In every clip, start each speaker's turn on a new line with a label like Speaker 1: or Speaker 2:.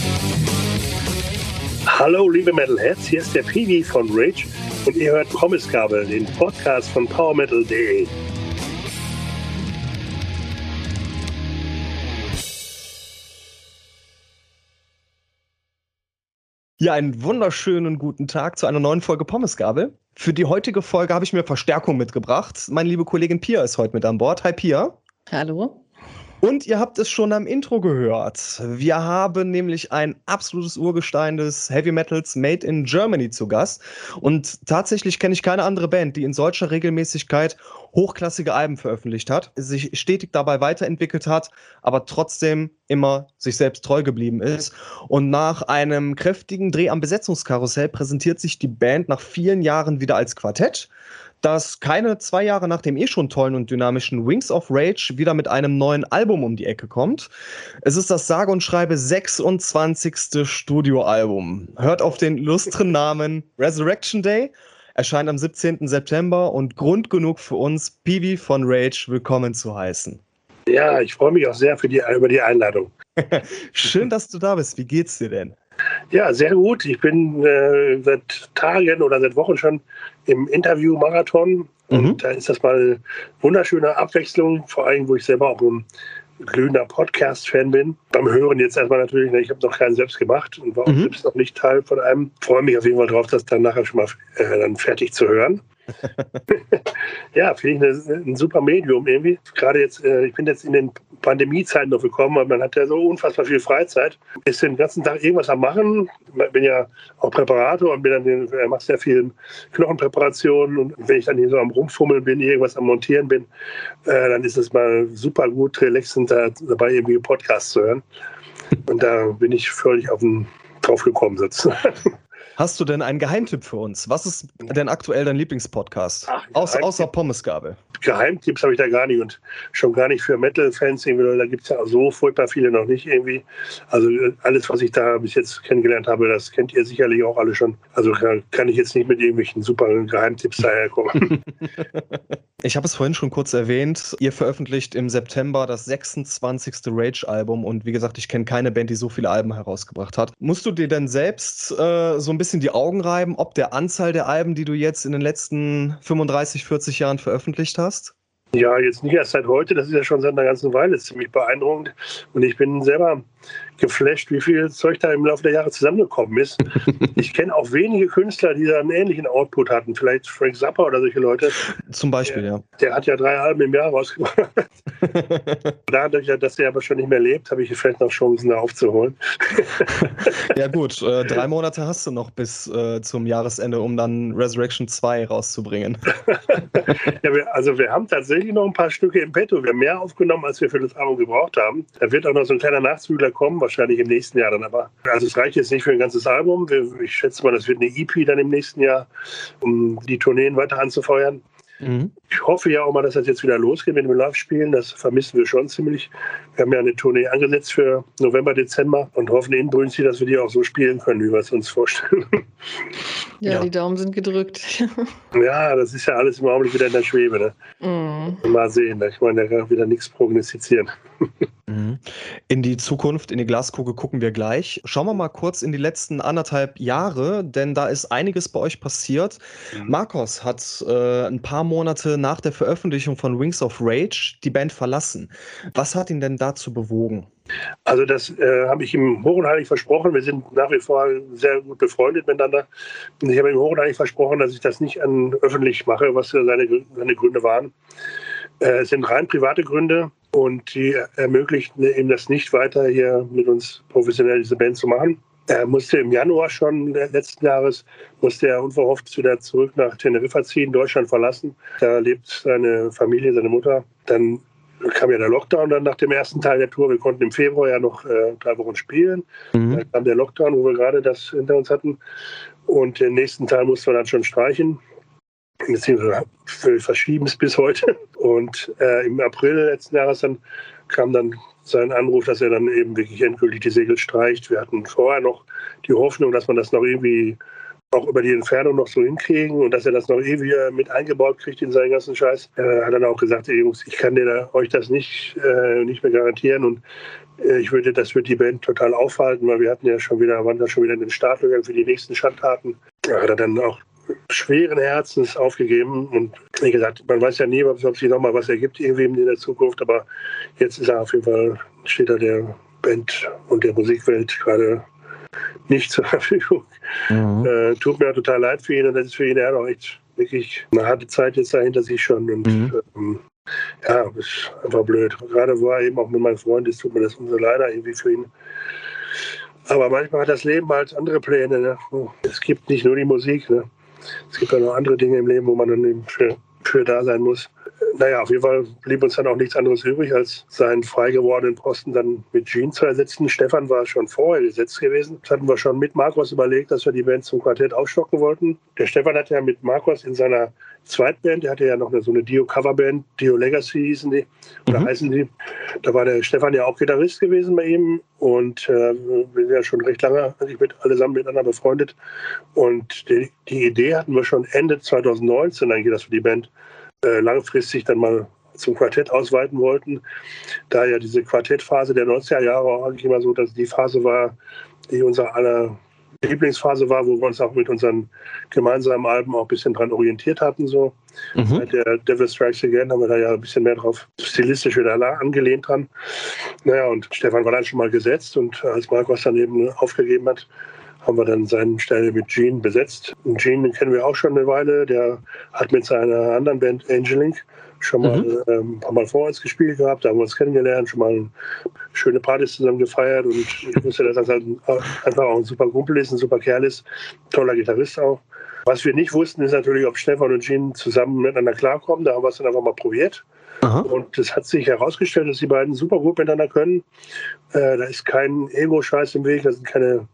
Speaker 1: Hallo liebe Metalheads, hier ist der Piwi von Rage und ihr hört Pommesgabel, den Podcast von PowerMetal.de.
Speaker 2: Ja, einen wunderschönen guten Tag zu einer neuen Folge Pommesgabel. Für die heutige Folge habe ich mir Verstärkung mitgebracht. Meine liebe Kollegin Pia ist heute mit an Bord. Hi Pia.
Speaker 3: Hallo.
Speaker 2: Und ihr habt es schon am Intro gehört. Wir haben nämlich ein absolutes Urgestein des Heavy Metals Made in Germany zu Gast. Und tatsächlich kenne ich keine andere Band, die in solcher Regelmäßigkeit hochklassige Alben veröffentlicht hat, sich stetig dabei weiterentwickelt hat, aber trotzdem immer sich selbst treu geblieben ist. Und nach einem kräftigen Dreh am Besetzungskarussell präsentiert sich die Band nach vielen Jahren wieder als Quartett, das keine 2 Jahre nach dem schon tollen und dynamischen Wings of Rage wieder mit einem neuen Album um die Ecke kommt. Es ist das sage und schreibe 26. Studioalbum. Hört auf den illustren Namen Resurrection Day, erscheint am 17. September und Grund genug für uns, Piwi von Rage willkommen zu heißen.
Speaker 1: Ja, ich freue mich auch sehr über die Einladung.
Speaker 2: Schön, dass du da bist. Wie geht's dir denn?
Speaker 1: Ja, sehr gut. Ich bin seit Tagen oder seit Wochen schon im Interview-Marathon. Und da ist das mal eine wunderschöne Abwechslung, vor allem, wo ich selber auch ein glühender Podcast-Fan bin. Beim Hören jetzt erstmal natürlich, ich habe noch keinen selbst gemacht und war auch selbst noch nicht Teil von einem. Freue mich auf jeden Fall drauf, das dann nachher schon mal dann fertig zu hören. Ja, finde ich ein super Medium irgendwie. Gerade jetzt, ich bin jetzt in den Pandemiezeiten noch gekommen, weil man hat ja so unfassbar viel Freizeit. Ist den ganzen Tag irgendwas am Machen. Ich bin ja auch Präparator und mache sehr viel Knochenpräparationen. Und wenn ich dann hier so am Rumfummeln bin, irgendwas am Montieren bin, dann ist es mal super gut, relaxend dabei irgendwie Podcasts zu hören. Und da bin ich völlig drauf gekommen sozusagen.
Speaker 2: Hast du denn einen Geheimtipp für uns? Was ist denn aktuell dein Lieblingspodcast? Außer Pommesgabel.
Speaker 1: Geheimtipps habe ich da gar nicht und schon gar nicht für Metal-Fans irgendwie, da gibt es ja auch so furchtbar viele noch nicht irgendwie. Also alles, was ich da bis jetzt kennengelernt habe, das kennt ihr sicherlich auch alle schon. Also kann ich jetzt nicht mit irgendwelchen super Geheimtipps daherkommen.
Speaker 2: Ich habe es vorhin schon kurz erwähnt, ihr veröffentlicht im September das 26. Rage-Album und wie gesagt, ich kenne keine Band, die so viele Alben herausgebracht hat. Musst du dir denn selbst so ein bisschen die Augen reiben, ob der Anzahl der Alben, die du jetzt in den letzten 35, 40 Jahren veröffentlicht hast?
Speaker 1: Ja, jetzt nicht erst seit heute, das ist ja schon seit einer ganzen Weile ziemlich beeindruckend. Und ich bin selber geflasht, wie viel Zeug da im Laufe der Jahre zusammengekommen ist. Ich kenne auch wenige Künstler, die da einen ähnlichen Output hatten. Vielleicht Frank Zappa oder solche Leute.
Speaker 2: Zum Beispiel, ja.
Speaker 1: Der hat ja 3 Alben im Jahr rausgebracht. Dadurch, dass der aber schon nicht mehr lebt, habe ich vielleicht noch Chancen, da aufzuholen.
Speaker 2: Ja gut, 3 Monate hast du noch bis zum Jahresende, um dann Resurrection 2 rauszubringen.
Speaker 1: Ja, wir haben tatsächlich noch ein paar Stücke im Petto. Wir haben mehr aufgenommen, als wir für das Album gebraucht haben. Da wird auch noch so ein kleiner Nachzügler kommen, wahrscheinlich im nächsten Jahr dann aber. Also es reicht jetzt nicht für ein ganzes Album. Ich schätze mal, das wird eine EP dann im nächsten Jahr, um die Tourneen weiter anzufeuern. Ich hoffe ja auch mal, dass das jetzt wieder losgeht mit dem Live-Spielen. Das vermissen wir schon ziemlich. Wir haben ja eine Tournee angesetzt für November, Dezember und hoffen inbrünstig, dass wir die auch so spielen können, wie wir es uns vorstellen.
Speaker 3: Ja, die Daumen sind gedrückt.
Speaker 1: Ja, das ist ja alles im Augenblick wieder in der Schwebe. Ne? Mal sehen. Ich meine, da kann wieder nichts prognostizieren.
Speaker 2: In die Zukunft, in die Glaskugel gucken wir gleich. Schauen wir mal kurz in die letzten 1,5 Jahre, denn da ist einiges bei euch passiert. Marcos hat ein paar Monate nach der Veröffentlichung von Wings of Rage die Band verlassen. Was hat ihn denn dazu bewogen?
Speaker 1: Also das habe ich ihm hoch und heilig versprochen. Wir sind nach wie vor sehr gut befreundet miteinander. Und ich habe ihm hoch und heilig versprochen, dass ich das nicht öffentlich mache, was seine Gründe waren. Es sind rein private Gründe und die ermöglichten ihm das nicht weiter, hier mit uns professionell diese Band zu machen. Er musste im Januar schon letzten Jahres, unverhofft wieder zurück nach Teneriffa ziehen, Deutschland verlassen. Da lebt seine Familie, seine Mutter. Dann kam ja der Lockdown dann nach dem ersten Teil der Tour. Wir konnten im Februar ja noch 3 Wochen spielen. Dann kam der Lockdown, wo wir gerade das hinter uns hatten. Und den nächsten Teil mussten wir dann schon streichen. Beziehungsweise verschieben es bis heute. Und im April letzten Jahres dann kam dann sein Anruf, dass er dann eben wirklich endgültig die Segel streicht. Wir hatten vorher noch die Hoffnung, dass man das noch irgendwie auch über die Entfernung noch so hinkriegen und dass er das noch wieder mit eingebaut kriegt in seinen ganzen Scheiß. Hat dann auch gesagt, ey Jungs, ich kann euch das nicht mehr garantieren und das wird die Band total aufhalten, weil wir waren da schon wieder in den Startlöchern für die nächsten Schandtaten. Hat er dann auch schweren Herzens aufgegeben und wie gesagt, man weiß ja nie, ob sich nochmal was ergibt irgendwie in der Zukunft, aber jetzt ist er auf jeden Fall, steht er der Band und der Musikwelt gerade nicht zur Verfügung. Mhm. Tut mir total leid für ihn und das ist für ihn ja auch echt wirklich eine harte Zeit jetzt da hinter sich schon und ja, das ist einfach blöd. Gerade wo er eben auch mit meinem Freund ist, tut mir das umso leider irgendwie für ihn. Aber manchmal hat das Leben halt andere Pläne. Ne? Es gibt nicht nur die Musik, ne? Es gibt auch noch andere Dinge im Leben, wo man dann eben für da sein muss. Naja, auf jeden Fall blieb uns dann auch nichts anderes übrig, als seinen frei gewordenen Posten dann mit Gene zu ersetzen. Stefan war schon vorher gesetzt gewesen. Das hatten wir schon mit Marcos überlegt, dass wir die Band zum Quartett aufstocken wollten. Der Stefan hatte ja mit Marcos in seiner Zweitband, der hatte ja noch so eine Dio-Coverband, Dio Legacy hießen die, oder heißen die. Da war der Stefan ja auch Gitarrist gewesen bei ihm und wir sind ja schon recht lange allesamt miteinander befreundet. Und die Idee hatten wir schon Ende 2019 eigentlich, dass wir die Band langfristig dann mal zum Quartett ausweiten wollten, da ja diese Quartettphase der 90er Jahre auch eigentlich immer so, dass die Phase war, die unser aller Lieblingsphase war, wo wir uns auch mit unseren gemeinsamen Alben auch ein bisschen dran orientiert hatten. So. Seit der Devil Strikes Again haben wir da ja ein bisschen mehr drauf stilistisch wieder angelehnt dran. Naja, und Stefan war dann schon mal gesetzt und als Marcos dann eben aufgegeben hat, haben wir dann seine Stelle mit Gene besetzt. Und Gene, den kennen wir auch schon eine Weile. Der hat mit seiner anderen Band Angelink schon mal ein paar Mal vor uns gespielt gehabt. Da haben wir uns kennengelernt, schon mal schöne Partys zusammen gefeiert. Und ich wusste, dass das halt einfach auch ein super Kumpel ist, ein super Kerl ist. Toller Gitarrist auch. Was wir nicht wussten, ist natürlich, ob Stefan und Gene zusammen miteinander klarkommen. Da haben wir es dann einfach mal probiert. Aha. Und es hat sich herausgestellt, dass die beiden super gut miteinander können. Da ist kein Ego-Scheiß im Weg, da sind keine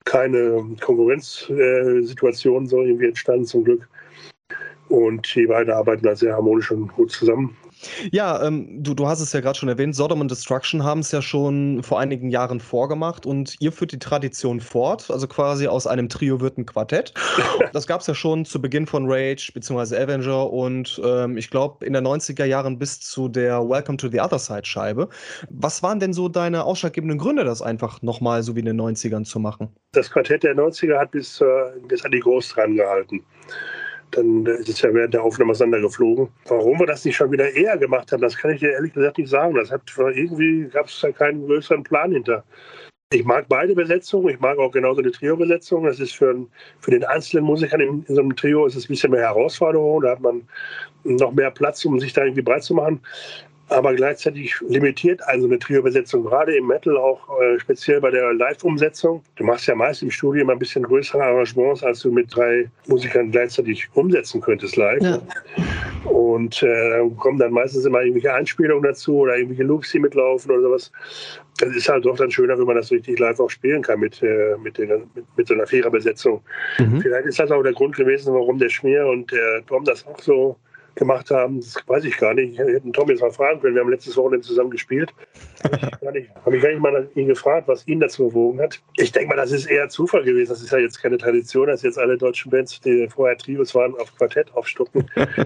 Speaker 1: Konkurrenzsituationen so irgendwie entstanden zum Glück. Und die beiden arbeiten da sehr harmonisch und gut zusammen.
Speaker 2: Ja, du hast es ja gerade schon erwähnt, Sodom and Destruction haben es ja schon vor einigen Jahren vorgemacht und ihr führt die Tradition fort, also quasi aus einem Trio wird ein Quartett. Das gab es ja schon zu Beginn von Rage bzw. Avenger und ich glaube in den 90er Jahren bis zu der Welcome to the Other Side Scheibe. Was waren denn so deine ausschlaggebenden Gründe, das einfach nochmal so wie in den 90ern zu machen?
Speaker 1: Das Quartett der 90er hat bis an die Groß dran gehalten. Dann ist es ja während der Aufnahme auseinandergeflogen. Warum wir das nicht schon wieder eher gemacht haben, das kann ich dir ehrlich gesagt nicht sagen. Irgendwie gab es da keinen größeren Plan hinter. Ich mag beide Besetzungen, ich mag auch genauso eine Trio-Besetzung. Das ist für den einzelnen Musiker in so einem Trio ist es ein bisschen mehr Herausforderung. Da hat man noch mehr Platz, um sich da irgendwie breit zu machen. Aber gleichzeitig limitiert also eine Trio-Besetzung, gerade im Metal, auch speziell bei der Live-Umsetzung. Du machst ja meist im Studio immer ein bisschen größere Arrangements, als du mit 3 Musikern gleichzeitig umsetzen könntest live. Ja. Und kommen dann meistens immer irgendwelche Einspielungen dazu oder irgendwelche Loops, die mitlaufen oder sowas. Das ist halt doch dann schöner, wenn man das richtig live auch spielen kann mit so einer Viererbesetzung. Vielleicht ist das auch der Grund gewesen, warum der Schmier und der Tom das auch so gemacht haben, das weiß ich gar nicht. Ich hätte Tom jetzt mal fragen können. Wir haben letztes Wochenende zusammen gespielt. Habe ich gar nicht mal ihn gefragt, was ihn dazu bewogen hat. Ich denke mal, das ist eher Zufall gewesen. Das ist ja jetzt keine Tradition, dass jetzt alle deutschen Bands, die vorher Trios waren, auf Quartett aufstocken.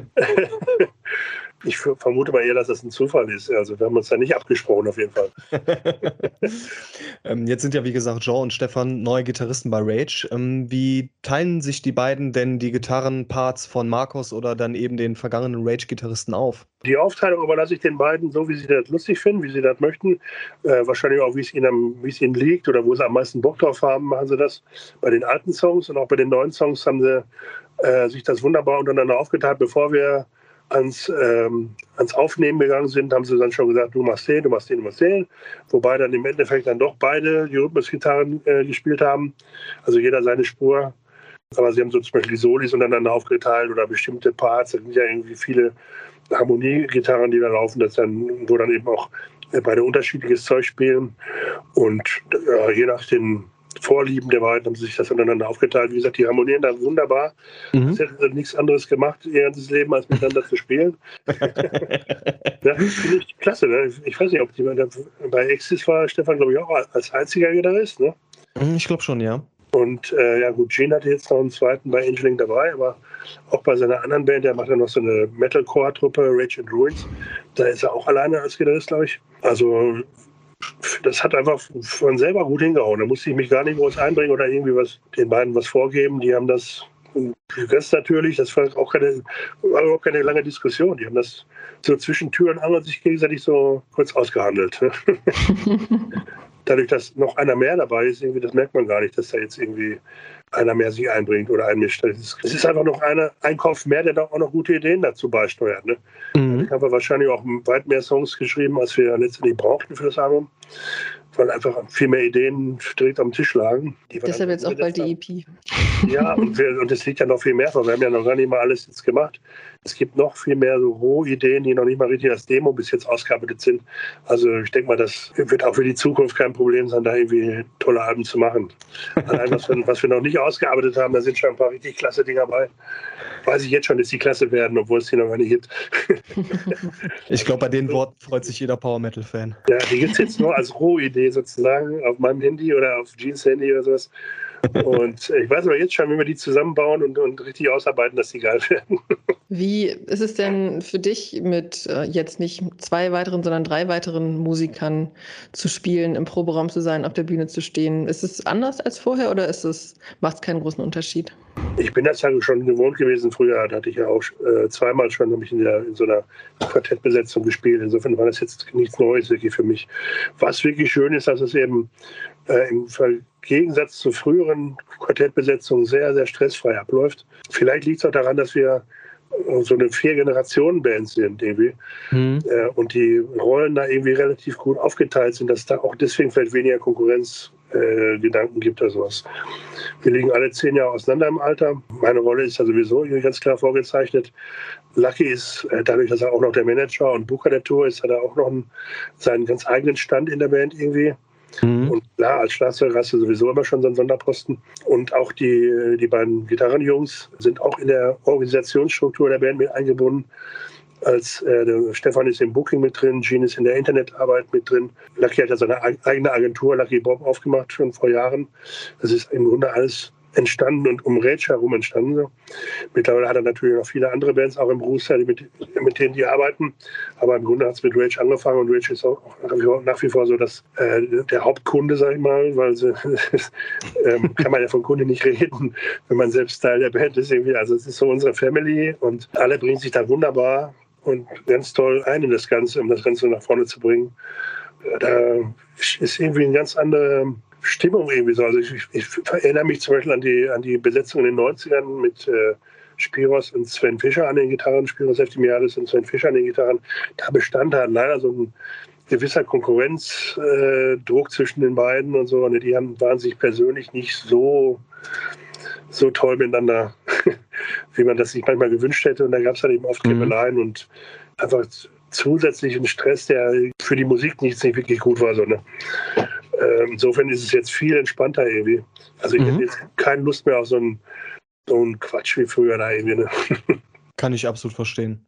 Speaker 1: Ich vermute mal eher, dass das ein Zufall ist. Also wir haben uns da nicht abgesprochen auf jeden Fall.
Speaker 2: Jetzt sind ja, wie gesagt, Jean und Stefan neue Gitarristen bei Rage. Wie teilen sich die beiden denn die Gitarrenparts von Marcos oder dann eben den vergangenen Rage-Gitarristen auf?
Speaker 1: Die Aufteilung überlasse ich den beiden so, wie sie das lustig finden, wie sie das möchten. Wahrscheinlich auch, wie es ihnen liegt oder wo sie am meisten Bock drauf haben, machen sie das. Bei den alten Songs und auch bei den neuen Songs haben sie sich das wunderbar untereinander aufgeteilt. Bevor wir ans Aufnehmen gegangen sind, haben sie dann schon gesagt, du machst den, du machst den, du machst den. Wobei dann im Endeffekt dann doch beide die Rhythmusgitarren gespielt haben. Also jeder seine Spur. Aber sie haben so zum Beispiel die Solis untereinander aufgeteilt oder bestimmte Parts. Da sind ja irgendwie viele Harmoniegitarren, die da laufen, wo dann eben auch beide unterschiedliches Zeug spielen. Und je nach den Vorlieben der beiden haben sie sich das untereinander aufgeteilt. Wie gesagt, die harmonieren da wunderbar. Sie hätten nichts anderes gemacht ihr ganzes Leben, als miteinander zu spielen. Ja, finde ich klasse. Ne? Ich weiß nicht, ob bei Exis war Stefan, glaube ich, auch als einziger Gitarrist. Ne?
Speaker 2: Ich glaube schon, ja.
Speaker 1: Und ja gut, Gene hatte jetzt noch einen zweiten bei Angeling dabei, aber auch bei seiner anderen Band, der macht ja noch so eine Metalcore-Truppe, Rage and Ruins. Da ist er auch alleine als Gitarrist, glaube ich. Also das hat einfach von selber gut hingehauen. Da musste ich mich gar nicht groß einbringen oder irgendwie den beiden was vorgeben. Die haben das ganz natürlich, das war auch keine lange Diskussion. Die haben das so zwischen Tür und Angel sich gegenseitig so kurz ausgehandelt. Dadurch, dass noch einer mehr dabei ist, irgendwie, das merkt man gar nicht, dass da jetzt irgendwie einer mehr sich einbringt oder einmischt. Es ist einfach noch ein Kopf mehr, der da auch noch gute Ideen dazu beisteuert. Ne? Ich habe wahrscheinlich auch weit mehr Songs geschrieben, als wir letztendlich brauchten für das Album, weil einfach viel mehr Ideen direkt am Tisch lagen.
Speaker 3: Deshalb jetzt auch bald die EP.
Speaker 1: Ja, und es liegt ja noch viel mehr vor. Wir haben ja noch gar nicht mal alles jetzt gemacht. Es gibt noch viel mehr so Rohideen, die noch nicht mal richtig als Demo bis jetzt ausgearbeitet sind. Also ich denke mal, das wird auch für die Zukunft kein Problem sein, da irgendwie tolle Alben zu machen. Allein was wir noch nicht ausgearbeitet haben, da sind schon ein paar richtig klasse Dinge dabei. Weiß ich jetzt schon, dass die klasse werden, obwohl es die noch gar nicht gibt.
Speaker 2: Ich glaube, bei den Worten freut sich jeder Power-Metal-Fan.
Speaker 1: Ja, die gibt es jetzt nur als Rohidee sozusagen auf meinem Handy oder auf Jeans Handy oder sowas. Und ich weiß aber jetzt schon, wenn wir die zusammenbauen und richtig ausarbeiten, dass die geil werden.
Speaker 3: Wie ist es denn für dich, mit jetzt nicht 2 weiteren, sondern 3 weiteren Musikern zu spielen, im Proberaum zu sein, auf der Bühne zu stehen? Ist es anders als vorher oder macht es keinen großen Unterschied?
Speaker 1: Ich bin das ja schon gewohnt gewesen. Früher hatte ich ja auch zweimal schon in so einer Quartettbesetzung gespielt. Insofern war das jetzt nichts Neues wirklich für mich. Was wirklich schön ist, dass es eben im Gegensatz zu früheren Quartettbesetzungen sehr, sehr stressfrei abläuft. Vielleicht liegt es auch daran, dass wir so eine 4-Generationen-Band sind irgendwie. Und die Rollen da irgendwie relativ gut aufgeteilt sind, dass da auch deswegen vielleicht weniger Konkurrenzgedanken gibt oder sowas. Wir liegen alle 10 Jahre auseinander im Alter. Meine Rolle ist ja sowieso irgendwie ganz klar vorgezeichnet. Lucky ist, dadurch, dass er auch noch der Manager und Booker der Tour ist, hat er auch noch seinen ganz eigenen Stand in der Band irgendwie. Und klar, als Schlagzeuger hast du sowieso immer schon so einen Sonderposten. Und auch die beiden Gitarrenjungs sind auch in der Organisationsstruktur der Band mit eingebunden. Der Stefan ist im Booking mit drin, Gene ist in der Internetarbeit mit drin. Lucky hat ja seine eigene Agentur, Lucky Bob, aufgemacht schon vor Jahren. Das ist im Grunde alles entstanden und um Rage herum entstanden. So. Mittlerweile hat er natürlich noch viele andere Bands, auch im Berufsteil, mit denen die arbeiten. Aber im Grunde hat es mit Rage angefangen und Rage ist auch nach wie vor so der Hauptkunde, sag ich mal, weil kann man ja vom Kunde nicht reden, wenn man selbst Teil der Band ist. Irgendwie. Also es ist so unsere Family und alle bringen sich da wunderbar und ganz toll ein in das Ganze, um das Ganze nach vorne zu bringen. Da ist irgendwie eine ganz andere Stimmung irgendwie so. Also ich erinnere mich zum Beispiel an die Besetzung in den 90ern mit Spiros und Sven Fischer an den Gitarren, Spiros Eftimiadis und Sven Fischer an den Gitarren. Da bestand halt leider so ein gewisser Konkurrenzdruck zwischen den beiden und so. Und die waren sich persönlich nicht so toll miteinander, wie man das sich manchmal gewünscht hätte. Und da gab es halt eben oft Kribbeleien und einfach zusätzlichen Stress, der für die Musik nicht wirklich gut war. So, ne? Insofern ist es jetzt viel entspannter irgendwie. Also ich hätte jetzt keine Lust mehr auf so einen Quatsch wie früher da irgendwie. Ne?
Speaker 2: Kann ich absolut verstehen.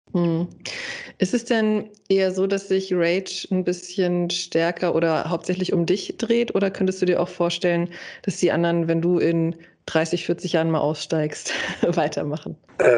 Speaker 3: Ist es denn eher so, dass sich Rage ein bisschen stärker oder hauptsächlich um dich dreht? Oder könntest du dir auch vorstellen, dass die anderen, wenn du in 30, 40 Jahren mal aussteigst, weitermachen?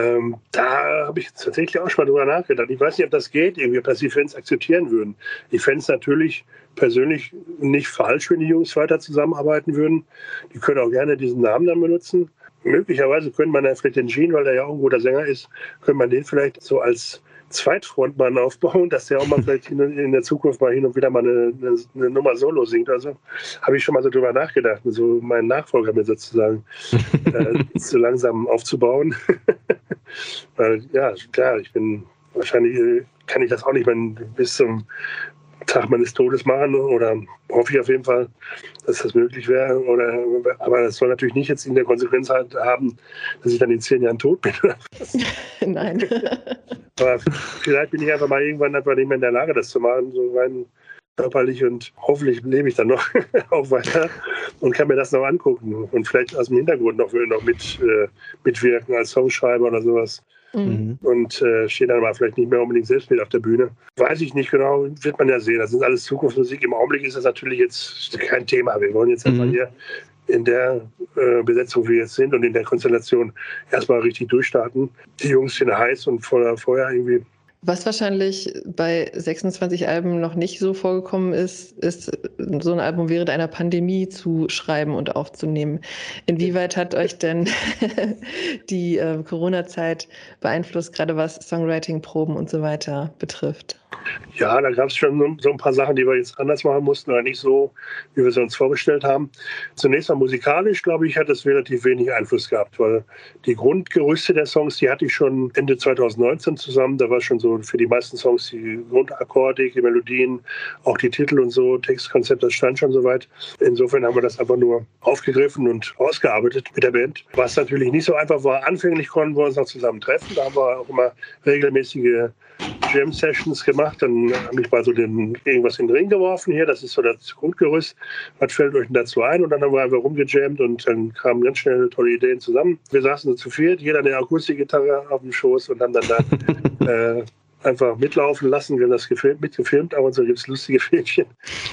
Speaker 1: Da habe ich tatsächlich auch schon mal drüber nachgedacht. Ich weiß nicht, ob das geht, irgendwie, ob das die Fans akzeptieren würden. Ich fände es natürlich persönlich nicht falsch, wenn die Jungs weiter zusammenarbeiten würden. Die können auch gerne diesen Namen dann benutzen. Möglicherweise könnte man ja vielleicht den Gene, weil der ja auch ein guter Sänger ist, könnte man den vielleicht so als Zweitfrontmann aufbauen, dass der auch mal vielleicht in der Zukunft mal hin und wieder mal eine Nummer Solo singt. Also habe ich schon mal so drüber nachgedacht, so meinen Nachfolger mir sozusagen so langsam aufzubauen. Weil, ja, klar, wahrscheinlich kann ich das auch nicht mehr bis zum Tag meines Todes machen oder hoffe ich auf jeden Fall, dass das möglich wäre. Aber das soll natürlich nicht jetzt in der Konsequenz halt haben, dass ich dann in 10 Jahren tot bin.
Speaker 3: Nein.
Speaker 1: Aber vielleicht bin ich einfach mal irgendwann einfach nicht mehr in der Lage, das zu machen, so rein körperlich, und hoffentlich lebe ich dann noch auch weiter und kann mir das noch angucken und vielleicht aus dem Hintergrund noch mitwirken als Songschreiber oder sowas. Und stehe dann mal vielleicht nicht mehr unbedingt selbst mit auf der Bühne. Weiß ich nicht genau, wird man ja sehen. Das ist alles Zukunftsmusik. Im Augenblick ist das natürlich jetzt kein Thema. Wir wollen jetzt einfach hier in der Besetzung, wie wir jetzt sind und in der Konstellation erstmal richtig durchstarten. Die Jungs sind heiß und voller Feuer irgendwie.
Speaker 3: Was wahrscheinlich bei 26 Alben noch nicht so vorgekommen ist, so ein Album während einer Pandemie zu schreiben und aufzunehmen. Inwieweit hat euch denn die Corona-Zeit beeinflusst, gerade was Songwriting, Proben und so weiter betrifft?
Speaker 1: Ja, da gab es schon so ein paar Sachen, die wir jetzt anders machen mussten, oder nicht so, wie wir es uns vorgestellt haben. Zunächst mal musikalisch, glaube ich, hat es relativ wenig Einfluss gehabt, weil die Grundgerüste der Songs, die hatte ich schon Ende 2019 zusammen. Da war schon so für die meisten Songs die Grundakkordik, die Melodien, auch die Titel und so, Textkonzept, das stand schon soweit. Insofern haben wir das einfach nur aufgegriffen und ausgearbeitet mit der Band. Was natürlich nicht so einfach war, anfänglich konnten wir uns noch zusammen treffen. Da haben wir auch immer regelmäßige Jam-Sessions gemacht, dann habe ich mal so irgendwas in den Ring geworfen hier, das ist so das Grundgerüst, was fällt euch denn dazu ein? Und dann haben wir einfach rumgejammt und dann kamen ganz schnell tolle Ideen zusammen. Wir saßen so zu viert, jeder eine Akustikgitarre auf dem Schoß und haben dann da einfach mitlaufen lassen, wir haben das mitgefilmt, aber so gibt es lustige Filmchen.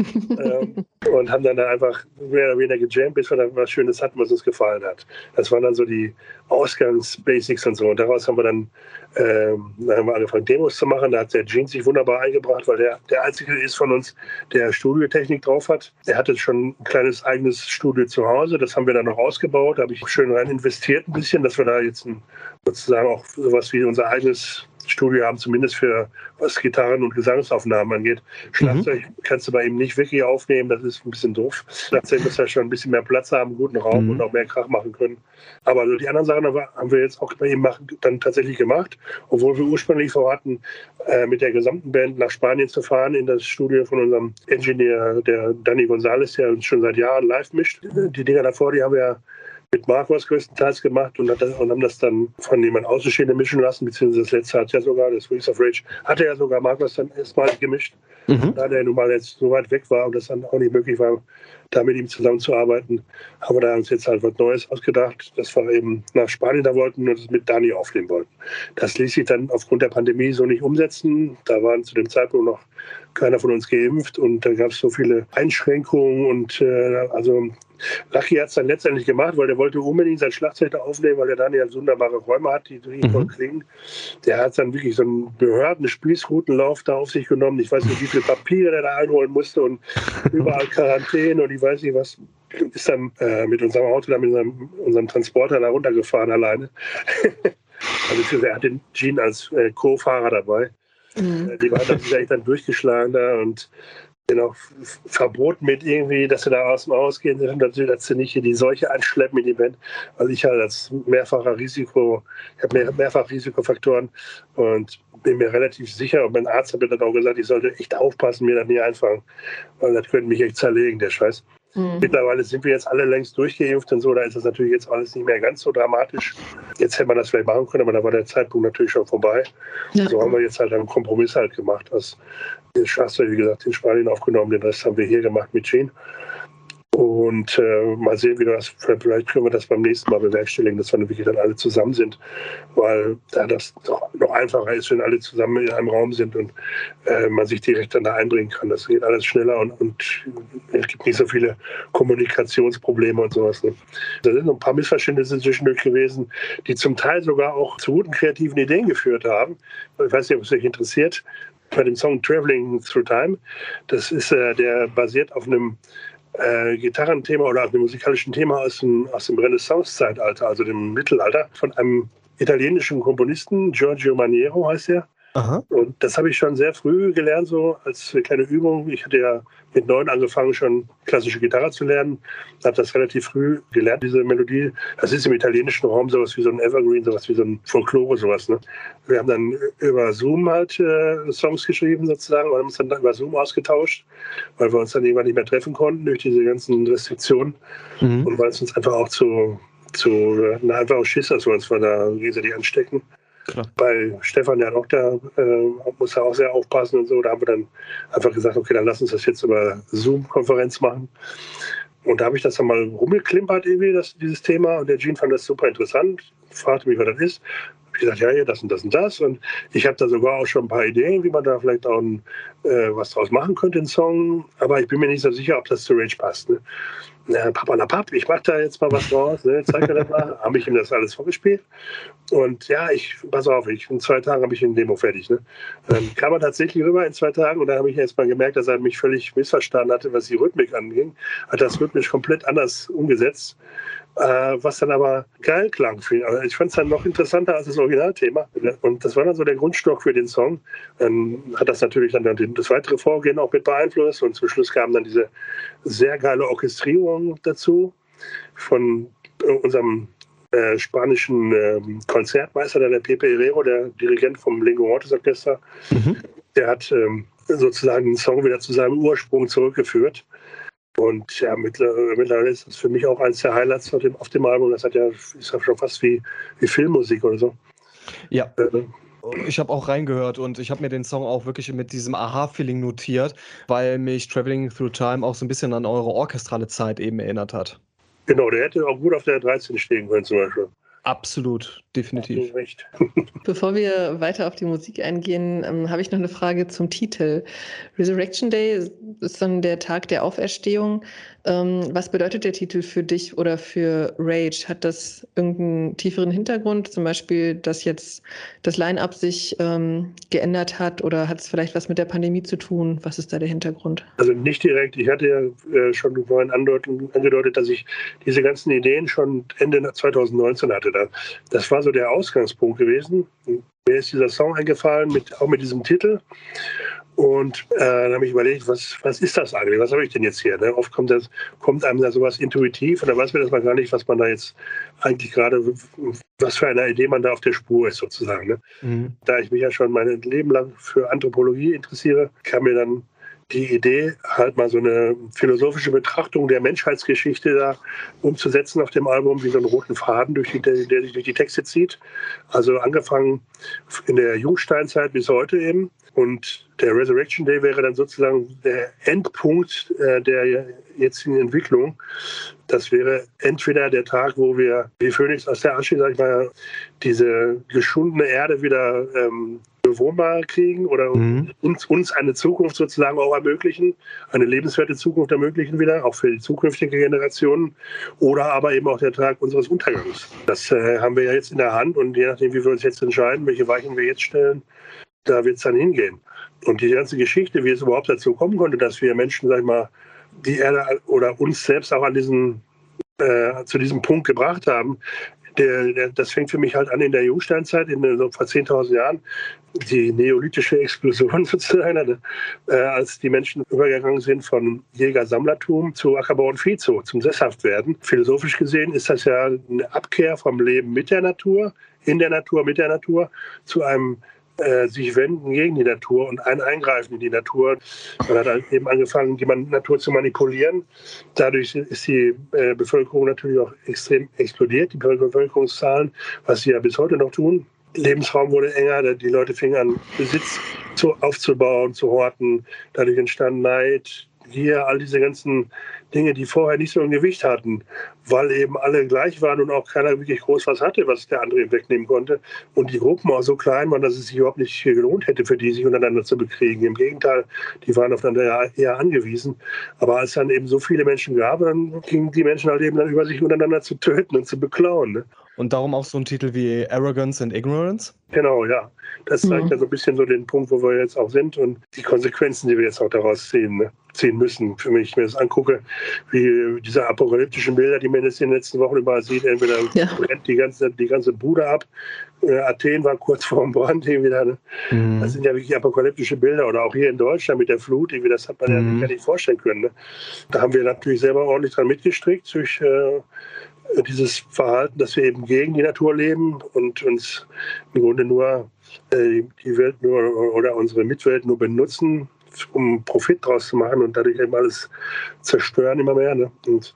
Speaker 1: Und haben dann da einfach mehr oder weniger gejammt, bis wir dann was Schönes hatten, was uns gefallen hat. Das waren dann so die Ausgangsbasics und so. Und daraus haben wir dann haben wir angefangen, Demos zu machen. Da hat der Gene sich wunderbar eingebracht, weil der Einzige ist von uns, der Studiotechnik drauf hat. Er hatte schon ein kleines eigenes Studio zu Hause. Das haben wir dann noch ausgebaut. Da habe ich schön rein investiert ein bisschen, dass wir da jetzt sozusagen auch sowas wie unser eigenes Studio haben, zumindest für was Gitarren- und Gesangsaufnahmen angeht. Schlagzeug kannst du bei ihm nicht wirklich aufnehmen, das ist ein bisschen doof. Schlagzeug muss ja schon ein bisschen mehr Platz haben, einen guten Raum und auch mehr Krach machen können. Aber die anderen Sachen haben wir jetzt auch bei ihm dann tatsächlich gemacht, obwohl wir ursprünglich vorhatten, mit der gesamten Band nach Spanien zu fahren, in das Studio von unserem Engineer, der Dani González, der uns schon seit Jahren live mischt. Die Dinger davor, die haben wir mit Marcos größtenteils gemacht und haben das dann von jemand Außenstehenden mischen lassen, beziehungsweise das letzte hat ja sogar, das Wings of Rage, hatte ja sogar Marcos dann erstmal gemischt, da der nun mal jetzt so weit weg war und das dann auch nicht möglich war, da mit ihm zusammenzuarbeiten, haben wir da uns jetzt halt was Neues ausgedacht, dass wir eben nach Spanien da wollten und das mit Dani aufnehmen wollten. Das ließ sich dann aufgrund der Pandemie so nicht umsetzen. Da waren zu dem Zeitpunkt noch keiner von uns geimpft und da gab es so viele Einschränkungen und also Lucky hat es dann letztendlich gemacht, weil der wollte unbedingt sein Schlagzeug da aufnehmen, weil der Daniel wunderbare Räume hat, die richtig toll klingen. Der hat dann wirklich so einen Behörden-Spießrutenlauf da auf sich genommen. Ich weiß nicht, wie viele Papiere der da einholen musste und überall Quarantäne und ich weiß nicht was. Ist dann mit unserem Auto, mit unserem Transporter da runtergefahren alleine. Also er hat den Gene als Co-Fahrer dabei. Die beiden haben sich eigentlich dann durchgeschlagen da und auch verboten mit irgendwie, dass sie da aus dem Haus gehen, dass sie nicht hier die Seuche anschleppen in die Band. Also ich halt als mehrfacher Risiko, ich habe mehrfach Risikofaktoren und bin mir relativ sicher, und mein Arzt hat mir dann auch gesagt, ich sollte echt aufpassen, mir das nie einfangen, weil das könnte mich echt zerlegen, der Scheiß. Mittlerweile sind wir jetzt alle längst durchgeimpft und so, da ist das natürlich jetzt alles nicht mehr ganz so dramatisch. Jetzt hätte man das vielleicht machen können, aber da war der Zeitpunkt natürlich schon vorbei. Ja. So haben wir jetzt halt einen Kompromiss halt gemacht. Das Schlagzeug, wie gesagt, in Spanien aufgenommen, den Rest haben wir hier gemacht mit Gene. Und mal sehen, wie das, vielleicht können wir das beim nächsten Mal bewerkstelligen, dass wir wirklich dann alle zusammen sind, weil da das noch einfacher ist, wenn alle zusammen in einem Raum sind und man sich direkt dann da einbringen kann. Das geht alles schneller und es gibt nicht so viele Kommunikationsprobleme und sowas. Ne? Da sind noch ein paar Missverständnisse zwischendurch gewesen, die zum Teil sogar auch zu guten kreativen Ideen geführt haben. Ich weiß nicht, ob es euch interessiert. Bei dem Song Traveling Through Time, das ist, der basiert auf einem Gitarrenthema oder auf einem musikalischen Thema aus dem Renaissance-Zeitalter, also dem Mittelalter, von einem italienischen Komponisten, Giorgio Maniero heißt er. Aha. Und das habe ich schon sehr früh gelernt, so als kleine Übung. Ich hatte ja mit 9 angefangen, schon klassische Gitarre zu lernen. Habe das relativ früh gelernt, diese Melodie. Das ist im italienischen Raum sowas wie so ein Evergreen, sowas wie so ein Folklore, sowas. Ne? Wir haben dann über Zoom halt Songs geschrieben sozusagen und haben uns dann über Zoom ausgetauscht, weil wir uns dann irgendwann nicht mehr treffen konnten durch diese ganzen Restriktionen. Und weil es uns einfach auch einfach auch Schiss, dass wir uns da gegenseitig anstecken. Klar. Bei Stefan, der auch da muss er auch sehr aufpassen und so. Da haben wir dann einfach gesagt, okay, dann lass uns das jetzt über Zoom-Konferenz machen. Und da habe ich das dann mal rumgeklimpert, irgendwie, dieses Thema. Und der Gene fand das super interessant, fragte mich, was das ist. Ich gesagt, ja, das und das und das. Und ich habe da sogar auch schon ein paar Ideen, wie man da vielleicht auch ein was draus machen könnte, den Song, aber ich bin mir nicht so sicher, ob das zu Rage passt. Ne? Papa, na Papp, ich mach da jetzt mal was draus, ne? Zeig mir das mal. Habe ich ihm das alles vorgespielt. Und ja, pass auf, in 2 Tagen habe ich eine Demo fertig. Ne? Kam er tatsächlich rüber in 2 Tagen und dann habe ich erst mal gemerkt, dass er mich völlig missverstanden hatte, was die Rhythmik anging. Hat das rhythmisch komplett anders umgesetzt. Was dann aber geil klang. Also ich fand es dann noch interessanter als das Originalthema. Und das war dann so der Grundstock für den Song. Dann hat das natürlich dann das weitere Vorgehen auch mit beeinflusst. Und zum Schluss kam dann diese sehr geile Orchestrierung dazu von unserem spanischen Konzertmeister, der Pepe Herrero, der Dirigent vom Lingo Mortis Orchester. Der hat sozusagen den Song wieder zu seinem Ursprung zurückgeführt. Und ja, mittlerweile ist das für mich auch eines der Highlights auf dem Album. Das ist ja schon fast wie Filmmusik oder so.
Speaker 2: Ja. Ich habe auch reingehört und ich habe mir den Song auch wirklich mit diesem Aha-Feeling notiert, weil mich Traveling Through Time auch so ein bisschen an eure orchestrale Zeit eben erinnert hat.
Speaker 1: Genau, der hätte auch gut auf der 13 stehen können zum Beispiel.
Speaker 2: Absolut, definitiv.
Speaker 1: Recht.
Speaker 3: Bevor wir weiter auf die Musik eingehen, habe ich noch eine Frage zum Titel. Resurrection Day ist dann der Tag der Auferstehung. Was bedeutet der Titel für dich oder für Rage? Hat das irgendeinen tieferen Hintergrund? Zum Beispiel, dass jetzt das Line-Up sich geändert hat oder hat es vielleicht was mit der Pandemie zu tun? Was ist da der Hintergrund?
Speaker 1: Also nicht direkt. Ich hatte ja schon vorhin angedeutet, dass ich diese ganzen Ideen schon Ende 2019 hatte. Das war so der Ausgangspunkt gewesen. Mir ist dieser Song eingefallen, auch mit diesem Titel. Und dann habe ich überlegt, was ist das eigentlich? Was habe ich denn jetzt hier? Ne? Oft kommt einem da sowas intuitiv und dann weiß man das mal gar nicht, was man da jetzt eigentlich gerade, was für eine Idee man da auf der Spur ist sozusagen. Ne? Da ich mich ja schon mein Leben lang für Anthropologie interessiere, kam mir dann die Idee, halt mal so eine philosophische Betrachtung der Menschheitsgeschichte da umzusetzen auf dem Album, wie so einen roten Faden, der sich durch die Texte zieht. Also angefangen in der Jungsteinzeit bis heute eben. Und der Resurrection Day wäre dann sozusagen der Endpunkt der jetzigen Entwicklung. Das wäre entweder der Tag, wo wir wie Phönix aus der Asche, sag ich mal, diese geschundene Erde wieder bewohnbar kriegen oder uns eine Zukunft sozusagen auch ermöglichen, eine lebenswerte Zukunft ermöglichen wieder, auch für die zukünftigen Generationen, oder aber eben auch der Tag unseres Untergangs. Das haben wir ja jetzt in der Hand und je nachdem, wie wir uns jetzt entscheiden, welche Weichen wir jetzt stellen, da wird es dann hingehen. Und die ganze Geschichte, wie es überhaupt dazu kommen konnte, dass wir Menschen, sag ich mal, die Erde oder uns selbst auch zu diesem Punkt gebracht haben, das fängt für mich halt an in der Jungsteinzeit, so vor 10.000 Jahren, die neolithische Explosion sozusagen, als die Menschen übergegangen sind von Jäger-Sammlertum zu Ackerbau und Viehzucht, zum Sesshaftwerden. Philosophisch gesehen ist das ja eine Abkehr vom Leben mit der Natur, in der Natur, mit der Natur, zu einem sich wenden gegen die Natur und ein Eingreifen in die Natur. Man hat halt eben angefangen, die Natur zu manipulieren. Dadurch ist die Bevölkerung natürlich auch extrem explodiert, die Bevölkerungszahlen, was sie ja bis heute noch tun. Lebensraum wurde enger, die Leute fingen an, Besitz aufzubauen, zu horten. Dadurch entstand Neid, Gier, all diese ganzen Dinge, die vorher nicht so ein Gewicht hatten, weil eben alle gleich waren und auch keiner wirklich groß was hatte, was der andere ihm wegnehmen konnte. Und die Gruppen auch so klein waren, dass es sich überhaupt nicht gelohnt hätte, für die sich untereinander zu bekriegen. Im Gegenteil, die waren aufeinander eher angewiesen. Aber als es dann eben so viele Menschen gab, dann gingen die Menschen halt eben dann über, sich untereinander zu töten und zu beklauen. Ne?
Speaker 2: Und darum auch so ein Titel wie Arrogance and Ignorance?
Speaker 1: Genau, ja. Das zeigt ja so ein bisschen so den Punkt, wo wir jetzt auch sind und die Konsequenzen, die wir jetzt auch daraus ziehen müssen. Für mich, wenn ich mir das angucke, wie diese apokalyptischen Bilder, die man jetzt in den letzten Wochen überall sieht, entweder brennt die ganze Bude ab, Athen war kurz vor dem Brand, ne? Das sind ja wirklich apokalyptische Bilder. Oder auch hier in Deutschland mit der Flut, das hat man ja nicht vorstellen können. Ne? Da haben wir natürlich selber ordentlich dran mitgestrickt durch dieses Verhalten, dass wir eben gegen die Natur leben und uns im Grunde nur die Welt oder unsere Mitwelt nur benutzen, um Profit draus zu machen und dadurch eben alles zerstören immer mehr. Ne? Und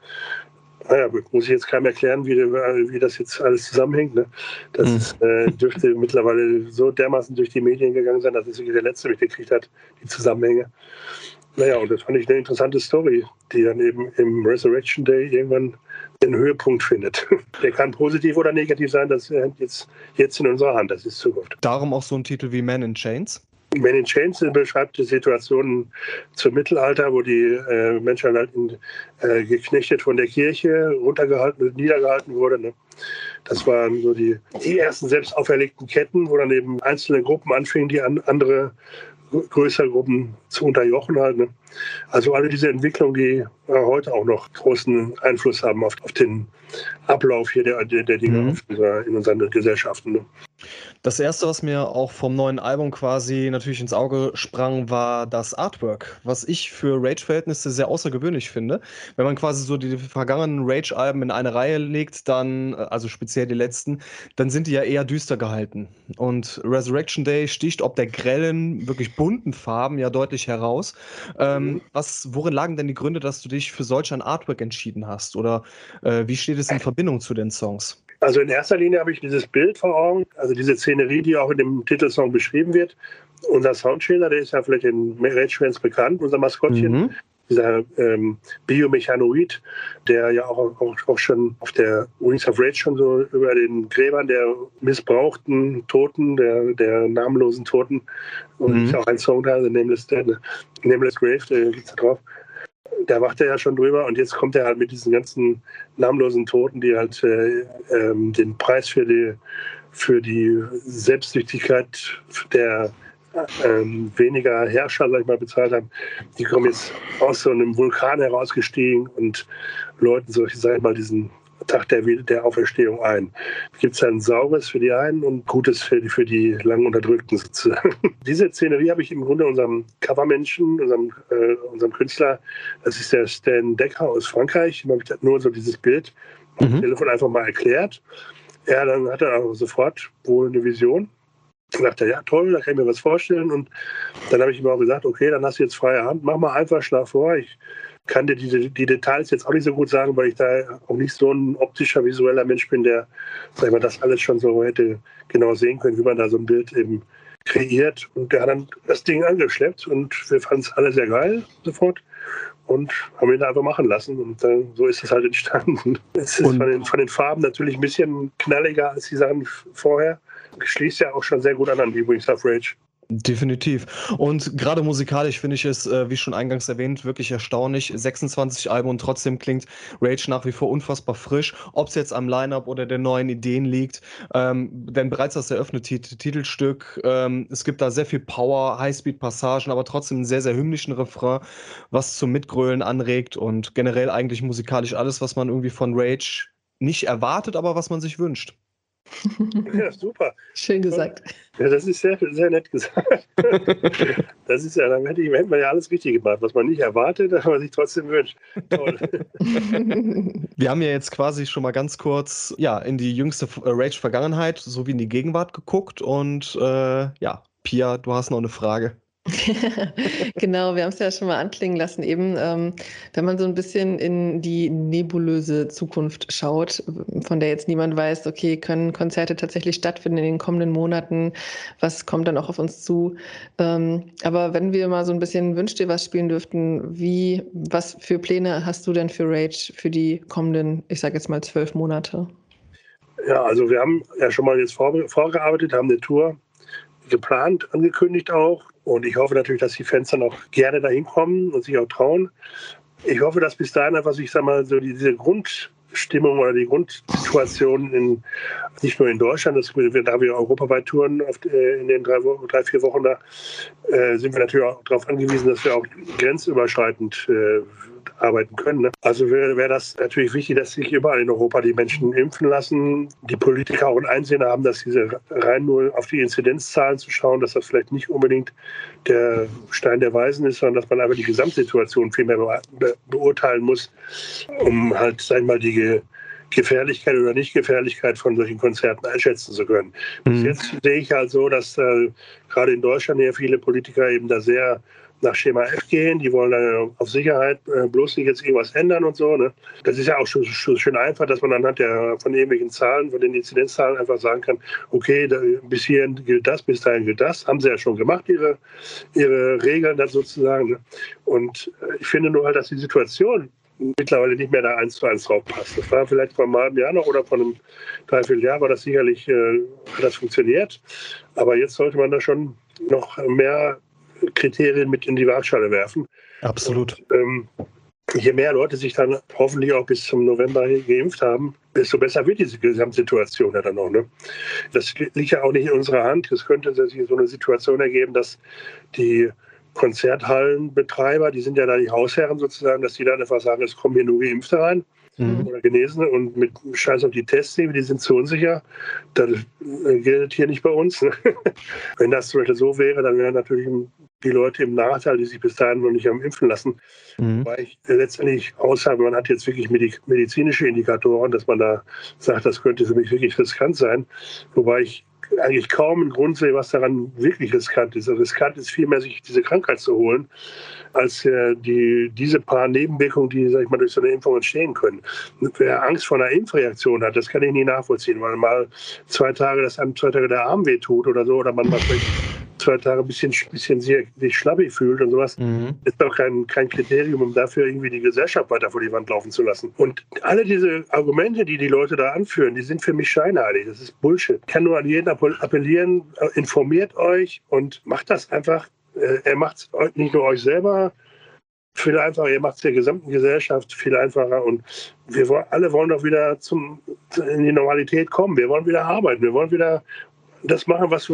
Speaker 1: muss ich jetzt keinem erklären, wie das jetzt alles zusammenhängt. Ne? Das dürfte mittlerweile so dermaßen durch die Medien gegangen sein, dass es wirklich der Letzte mitgekriegt hat, die Zusammenhänge. Und das fand ich eine interessante Story, die dann eben im Resurrection Day irgendwann den Höhepunkt findet. Der kann positiv oder negativ sein, das ist jetzt in unserer Hand, das ist Zukunft.
Speaker 2: Darum auch so ein Titel wie Man in Chains?
Speaker 1: Man in Chains beschreibt die Situation zum Mittelalter, wo die Menschen halt geknechtet von der Kirche runtergehalten und niedergehalten wurde. Ne? Das waren so die ersten selbst auferlegten Ketten, wo dann eben einzelne Gruppen anfingen, die andere größere Gruppen zu unterjochen halt. Ne? Also alle diese Entwicklungen, die heute auch noch großen Einfluss haben auf den Ablauf hier der Dinge in unseren Gesellschaften. Ne?
Speaker 2: Das erste, was mir auch vom neuen Album quasi natürlich ins Auge sprang, war das Artwork, was ich für Rage-Verhältnisse sehr außergewöhnlich finde. Wenn man quasi so die vergangenen Rage-Alben in eine Reihe legt, dann, also speziell die letzten, dann sind die ja eher düster gehalten. Und Resurrection Day sticht ob der grellen, wirklich bunten Farben ja deutlich heraus. Worin lagen denn die Gründe, dass du dich für solch ein Artwork entschieden hast? Oder wie steht es in Verbindung zu den Songs?
Speaker 1: Also in erster Linie habe ich dieses Bild vor Augen, also diese Szenerie, die auch in dem Titelsong beschrieben wird. Unser Soundschilder, der ist ja vielleicht den Rage-Fans bekannt, unser Maskottchen, dieser Biomechanoid, der ja auch schon auf der Wings of Rage schon so über den Gräbern der missbrauchten Toten, der namenlosen Toten, und ist auch ein Song da, The Nameless Grave, der gibt's da drauf. Da wacht er ja schon drüber und jetzt kommt er halt mit diesen ganzen namenlosen Toten, die halt den Preis für die Selbstsüchtigkeit der weniger Herrscher, sag ich mal, bezahlt haben. Die kommen jetzt aus so einem Vulkan herausgestiegen und läuten sag ich mal, diesen Tag der Auferstehung ein. Gibt es ein Saures für die einen und Gutes für die lang Unterdrückten sozusagen. Diese Szenerie habe ich im Grunde unserem Covermenschen, unserem Künstler, das ist der Stan Decker aus Frankreich, dem habe ich nur so dieses Bild am Telefon einfach mal erklärt. Dann hat er auch sofort wohl eine Vision. Dann dachte er, ja toll, da kann ich mir was vorstellen. Und dann habe ich ihm auch gesagt, okay, dann hast du jetzt freie Hand, mach mal einfach, schlag vor. Ich kann dir die Details jetzt auch nicht so gut sagen, weil ich da auch nicht so ein optischer, visueller Mensch bin, der, sag ich mal, das alles schon so hätte genau sehen können, wie man da so ein Bild eben kreiert. Und der hat dann das Ding angeschleppt und wir fanden es alle sehr geil sofort und haben ihn da einfach machen lassen. Und so ist es halt entstanden. Es ist von den Farben natürlich ein bisschen knalliger als die Sachen vorher. Schließt ja auch schon sehr gut an die Wings of Rage.
Speaker 2: Definitiv. Und gerade musikalisch finde ich es, wie schon eingangs erwähnt, wirklich erstaunlich. 26 Alben und trotzdem klingt Rage nach wie vor unfassbar frisch. Ob es jetzt am Line-Up oder der neuen Ideen liegt. Denn bereits das eröffnete Titelstück, es gibt da sehr viel Power, Highspeed-Passagen, aber trotzdem einen sehr, sehr hymnischen Refrain, was zum Mitgrölen anregt und generell eigentlich musikalisch alles, was man irgendwie von Rage nicht erwartet, aber was man sich wünscht.
Speaker 1: Ja, super.
Speaker 3: Schön gesagt.
Speaker 1: Ja, das ist sehr, sehr nett gesagt. Das ist ja, dann hätte man ja alles richtig gemacht, was man nicht erwartet, aber man sich trotzdem wünscht. Toll.
Speaker 2: Wir haben ja jetzt quasi schon mal ganz kurz in die jüngste Rage-Vergangenheit sowie in die Gegenwart geguckt und Pia, du hast noch eine Frage.
Speaker 3: Genau, wir haben es ja schon mal anklingen lassen eben, wenn man so ein bisschen in die nebulöse Zukunft schaut, von der jetzt niemand weiß, okay, können Konzerte tatsächlich stattfinden in den kommenden Monaten, was kommt dann auch auf uns zu, aber wenn wir mal so ein bisschen Wünsch dir was spielen dürften, was für Pläne hast du denn für Rage für die kommenden, ich sage jetzt mal 12 Monate?
Speaker 1: Ja, also wir haben ja schon mal jetzt vorgearbeitet, haben eine Tour geplant, angekündigt auch. Und ich hoffe natürlich, dass die Fans dann auch gerne dahin kommen und sich auch trauen. Ich hoffe, dass bis dahin einfach, ich sag mal, so diese Grundstimmung oder die Grundsituation nicht nur in Deutschland, da wir europaweit touren in den 3-4 Wochen da, sind wir natürlich auch darauf angewiesen, dass wir auch grenzüberschreitend arbeiten können. Ne? Also wäre das natürlich wichtig, dass sich überall in Europa die Menschen impfen lassen, die Politiker auch ein Einsehen haben, dass diese rein nur auf die Inzidenzzahlen zu schauen, dass das vielleicht nicht unbedingt der Stein der Weisen ist, sondern dass man einfach die Gesamtsituation viel mehr beurteilen muss, um halt, sag ich mal, die Gefährlichkeit oder Nicht-Gefährlichkeit von solchen Konzerten einschätzen zu können. Bis jetzt sehe ich halt so, dass gerade in Deutschland ja viele Politiker eben da sehr nach Schema F gehen, die wollen dann auf Sicherheit bloß nicht jetzt irgendwas ändern und so. Ne? Das ist ja auch schon schön einfach, dass man anhand von irgendwelchen Zahlen, von den Inzidenzzahlen einfach sagen kann, okay, bis hierhin gilt das, bis dahin gilt das. Haben sie ja schon gemacht, ihre Regeln dann sozusagen. Ne? Und ich finde nur halt, dass die Situation mittlerweile nicht mehr da 1:1 drauf passt. Das war vielleicht vor einem halben Jahr noch oder vor einem Dreivierteljahr war das sicherlich, hat das funktioniert. Aber jetzt sollte man da schon noch mehr Kriterien mit in die Waagschale werfen.
Speaker 2: Absolut.
Speaker 1: Und, je mehr Leute sich dann hoffentlich auch bis zum November geimpft haben, desto besser wird diese Gesamtsituation ja dann auch. Ne? Das liegt ja auch nicht in unserer Hand. Es könnte sich so eine Situation ergeben, dass die Konzerthallenbetreiber, die sind ja da die Hausherren sozusagen, dass die dann einfach sagen, es kommen hier nur Geimpfte rein oder Genesene und mit Scheiß auf die Tests, die sind zu unsicher. Das gilt hier nicht bei uns. Ne? Wenn das zum Beispiel so wäre, dann wären natürlich die Leute im Nachteil, die sich bis dahin noch nicht haben impfen lassen. Wobei ich letztendlich außer, man hat jetzt wirklich medizinische Indikatoren, dass man da sagt, das könnte für mich wirklich riskant sein. Wobei ich eigentlich kaum einen Grund sehe, was daran wirklich riskant ist. Also riskant ist vielmehr, sich diese Krankheit zu holen, als diese paar Nebenwirkungen, die, sag ich mal, durch so eine Impfung entstehen können. Wer Angst vor einer Impfreaktion hat, das kann ich nie nachvollziehen, weil mal 2 Tage, dass einem 2 Tage der Arm wehtut oder so, oder man mal vielleicht 2 Tage ein bisschen sich schlappig fühlt und sowas, ist doch kein Kriterium, um dafür irgendwie die Gesellschaft weiter vor die Wand laufen zu lassen. Und alle diese Argumente, die die Leute da anführen, die sind für mich scheinheilig. Das ist Bullshit. Ich kann nur an jeden appellieren, informiert euch und macht das einfach. Er macht es nicht nur euch selber viel einfacher, er macht es der gesamten Gesellschaft viel einfacher. Und wir alle wollen doch wieder in die Normalität kommen. Wir wollen wieder arbeiten. Wir wollen wieder das machen, was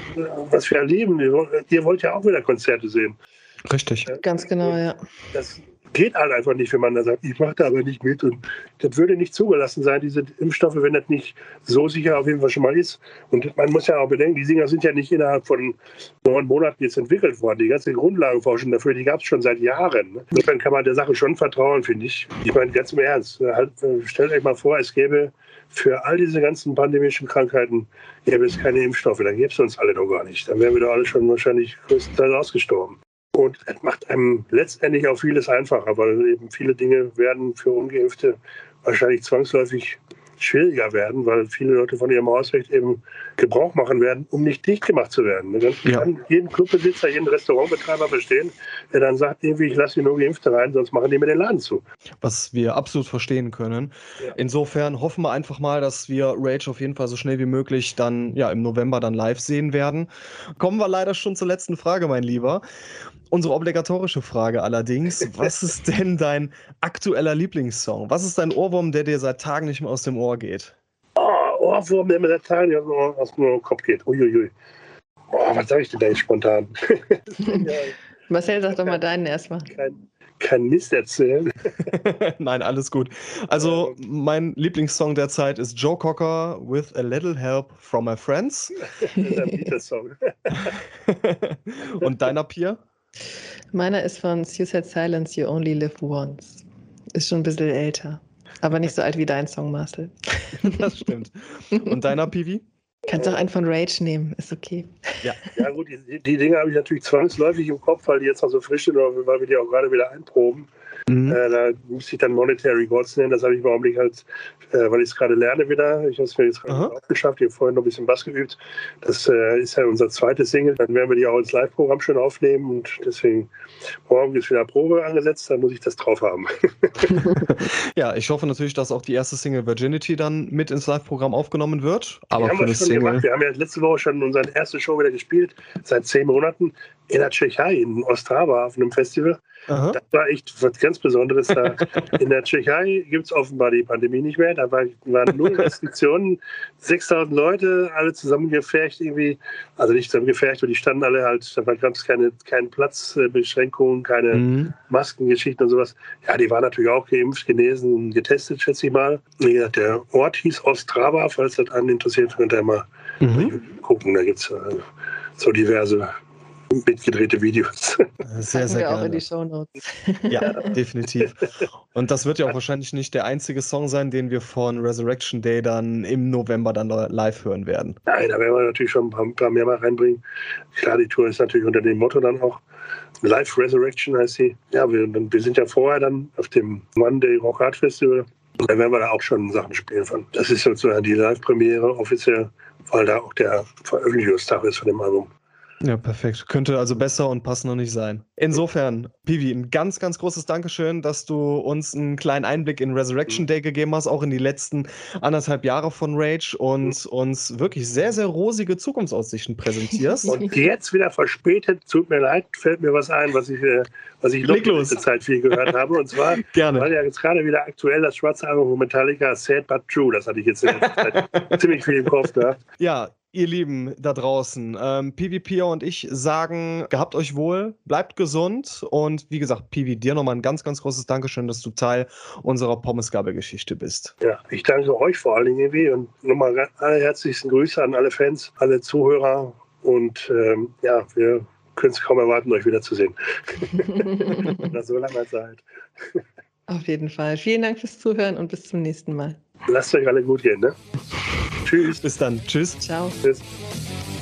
Speaker 1: wir erleben. Ihr wollt ja auch wieder Konzerte sehen.
Speaker 2: Richtig.
Speaker 3: Ganz genau, ja.
Speaker 1: Das geht halt einfach nicht, wenn man da sagt, ich mache da aber nicht mit. Und das würde nicht zugelassen sein, diese Impfstoffe, wenn das nicht so sicher auf jeden Fall schon mal ist. Und man muss ja auch bedenken, die Dinger sind ja nicht innerhalb von 9 Monaten jetzt entwickelt worden. Die ganze Grundlagenforschung dafür, die gab es schon seit Jahren. Insofern kann man der Sache schon vertrauen, finde ich. Ich meine, ganz im Ernst, stellt euch mal vor, es gäbe für all diese ganzen pandemischen Krankheiten gäbe es keine Impfstoffe. Dann gäbe es uns alle doch gar nicht. Dann wären wir doch alle schon wahrscheinlich größtenteils ausgestorben. Und es macht einem letztendlich auch vieles einfacher, weil eben viele Dinge werden für Ungeimpfte wahrscheinlich zwangsläufig schwieriger werden, weil viele Leute von ihrem Hausrecht eben Gebrauch machen werden, um nicht dicht gemacht zu werden. Ich kann jeden Clubbesitzer, jeden Restaurantbetreiber verstehen, der dann sagt, irgendwie, ich lasse hier nur Geimpfte rein, sonst machen die mir den Laden zu.
Speaker 2: Was wir absolut verstehen können. Ja. Insofern hoffen wir einfach mal, dass wir Rage auf jeden Fall so schnell wie möglich dann im November dann live sehen werden. Kommen wir leider schon zur letzten Frage, mein Lieber. Unsere obligatorische Frage allerdings, was ist denn dein aktueller Lieblingssong? Was ist dein Ohrwurm, der dir seit Tagen nicht mehr aus dem Ohr geht?
Speaker 1: Ohrwurm, der mir seit Tagen nicht aus dem Kopf geht. Uiuiui. Was sag ich denn da jetzt spontan?
Speaker 3: Marcel, sag doch mal deinen erstmal.
Speaker 1: Kein Mist erzählen.
Speaker 2: Nein, alles gut. Also mein Lieblingssong derzeit ist Joe Cocker with a Little Help from My Friends.
Speaker 1: Das ist ein Beatles-Song.
Speaker 2: Und deiner, Pia?
Speaker 3: Meiner ist von Suicide Silence, You Only Live Once. Ist schon ein bisschen älter. Aber nicht so alt wie dein Song, Marcel.
Speaker 2: Das stimmt. Und deiner, Pivi?
Speaker 3: Kannst auch einen von Rage nehmen, ist okay.
Speaker 1: Ja gut, die Dinge habe ich natürlich zwangsläufig im Kopf, weil die jetzt noch so frisch sind, oder weil wir die auch gerade wieder einproben. Da müsste ich dann Monetary Gods nennen, das habe ich im Augenblick halt, weil ich es gerade lerne wieder. Ich habe es mir jetzt gerade aufgeschafft, ich habe vorhin noch ein bisschen Bass geübt. Das ist ja unser zweites Single, dann werden wir die auch ins Live-Programm schon aufnehmen und deswegen morgen ist wieder Probe angesetzt, dann muss ich das drauf haben.
Speaker 2: Ja, ich hoffe natürlich, dass auch die erste Single Virginity dann mit ins Live-Programm aufgenommen wird.
Speaker 1: Aber für das Single gemacht. Wir haben ja letzte Woche schon unsere erste Show wieder gespielt, seit 10 Monaten in der Tschechei, in Ostrava auf einem Festival. Das war echt was ganz Besonderes. Da in der Tschechei gibt es offenbar die Pandemie nicht mehr. Da waren 0 Restriktionen, 6.000 Leute, alle zusammengefercht irgendwie. Also nicht zusammengefercht, aber die standen alle halt, da gab es keine Platzbeschränkungen, keine Maskengeschichten und sowas. Ja, die waren natürlich auch geimpft, genesen, getestet, schätze ich mal. Wie gesagt, der Ort hieß Ostrava, falls das einen interessiert, könnt ihr mal gucken. Da gibt es so diverse mitgedrehte Videos.
Speaker 2: Sehr, sehr gerne.
Speaker 3: Auch in die Shownotes.
Speaker 2: Ja, definitiv. Und das wird ja auch wahrscheinlich nicht der einzige Song sein, den wir von Resurrection Day dann im November dann live hören werden.
Speaker 1: Nein, da werden wir natürlich schon ein paar mehr mal reinbringen. Klar, die Tour ist natürlich unter dem Motto dann auch Live Resurrection heißt sie. Ja, wir sind ja vorher dann auf dem One Day Rock Art Festival. Da werden wir da auch schon Sachen spielen von. Das ist sozusagen die Live-Premiere offiziell, weil da auch der Veröffentlichungstag ist von dem Album.
Speaker 2: Ja, perfekt. Könnte also besser und passender nicht sein. Insofern, Piwi, ein ganz, ganz großes Dankeschön, dass du uns einen kleinen Einblick in Resurrection Day gegeben hast, auch in die letzten 1,5 Jahre von Rage und uns wirklich sehr, sehr rosige Zukunftsaussichten präsentierst.
Speaker 1: Und jetzt wieder verspätet, tut mir leid, fällt mir was ein, was ich noch in letzter Zeit viel gehört habe. Und zwar war ja jetzt gerade wieder aktuell das schwarze Album von Metallica, Sad But True. Das hatte ich jetzt in letzter Zeit ziemlich viel im Kopf da.
Speaker 2: Ja, ihr Lieben da draußen, PvP und ich sagen, gehabt euch wohl, bleibt gesund und wie gesagt, Piwi, dir nochmal ein ganz, ganz großes Dankeschön, dass du Teil unserer Pommesgabel-Geschichte bist.
Speaker 1: Ja, ich danke euch vor allen Dingen irgendwie und nochmal alle herzlichsten Grüße an alle Fans, alle Zuhörer und ja, wir können es kaum erwarten, euch wiederzusehen. Nach so langer Zeit.
Speaker 3: Auf jeden Fall. Vielen Dank fürs Zuhören und bis zum nächsten Mal.
Speaker 1: Lasst euch alle gut gehen, ne? Tschüss.
Speaker 2: Bis dann. Tschüss.
Speaker 3: Ciao.
Speaker 1: Tschüss.